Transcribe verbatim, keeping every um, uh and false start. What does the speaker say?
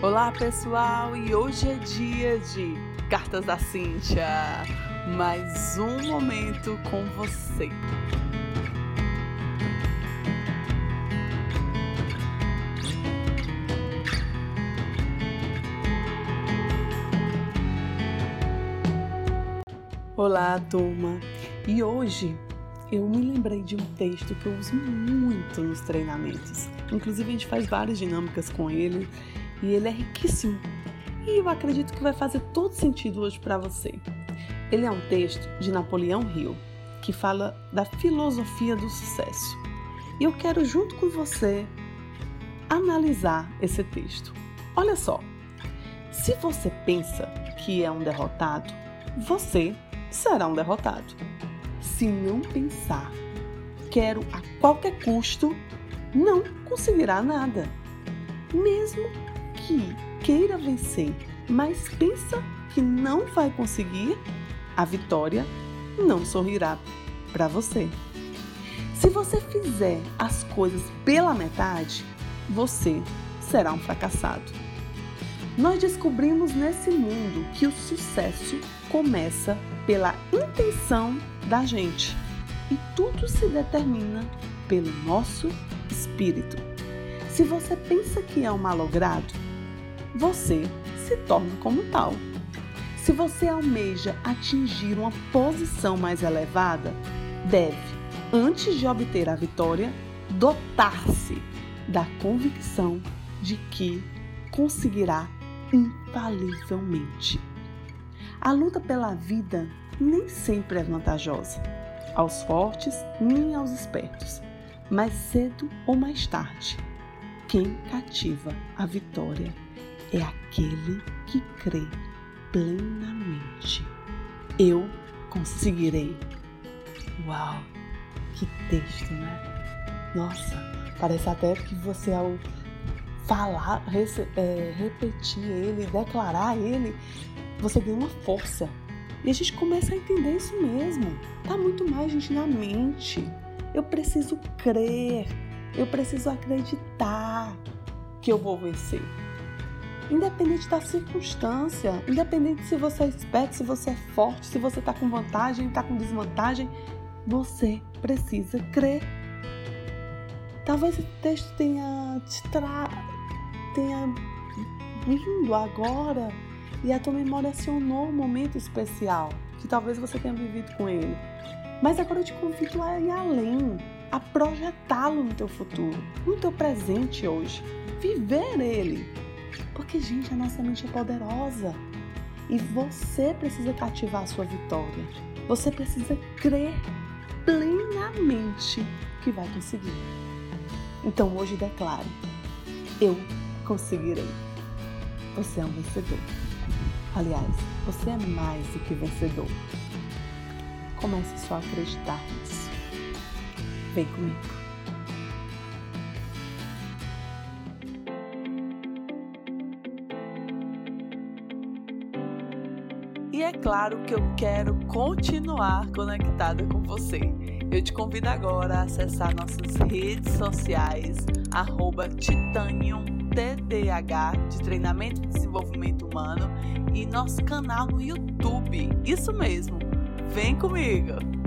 Olá pessoal, e hoje é dia de Cartas da Cíntia, mais um momento com você. Olá turma, e hoje eu me lembrei de um texto que eu uso muito nos treinamentos, inclusive a gente faz várias dinâmicas com ele. E ele é riquíssimo. E eu acredito que vai fazer todo sentido hoje para você. Ele é um texto de Napoleão Hill, que fala da filosofia do sucesso. E eu quero, junto com você, analisar esse texto. Olha só, se você pensa que é um derrotado, você será um derrotado. Se não pensar, quero a qualquer custo, não conseguirá nada. Mesmo que queira vencer, mas pensa que não vai conseguir, a vitória não sorrirá para você. Se você fizer as coisas pela metade, você será um fracassado. Nós descobrimos nesse mundo que o sucesso começa pela intenção da gente e tudo se determina pelo nosso espírito. Se você pensa que é um malogrado, você se torna como tal. Se você almeja atingir uma posição mais elevada, deve, antes de obter a vitória, dotar-se da convicção de que conseguirá infalivelmente. A luta pela vida nem sempre é vantajosa aos fortes nem aos espertos, mas cedo ou mais tarde, quem cativa a vitória é aquele que crê plenamente. Eu conseguirei. Uau, que texto, né? Nossa, parece até que você ao falar, rece- é, repetir ele, declarar ele, você ganha uma força. E a gente começa a entender isso mesmo. Tá muito mais, gente, na mente. Eu preciso crer, eu preciso acreditar que eu vou vencer. Independente da circunstância, independente se você é esperto, se você é forte, se você está com vantagem, está com desvantagem, você precisa crer. Talvez esse texto tenha te tra... tenha vindo agora e a tua memória acionou um momento especial que talvez você tenha vivido com ele. Mas agora eu te convido a ir além, a projetá-lo no teu futuro, no teu presente hoje, viver ele. Porque, gente, a nossa mente é poderosa e você precisa cativar a sua vitória. Você precisa crer plenamente que vai conseguir. Então, hoje declare, eu conseguirei. Você é um vencedor. Aliás, você é mais do que vencedor. Comece só a acreditar nisso. Vem comigo. E é claro que eu quero continuar conectada com você. Eu te convido agora a acessar nossas redes sociais, arroba Titanium T D A H, de Treinamento e Desenvolvimento Humano, e nosso canal no YouTube. Isso mesmo, vem comigo!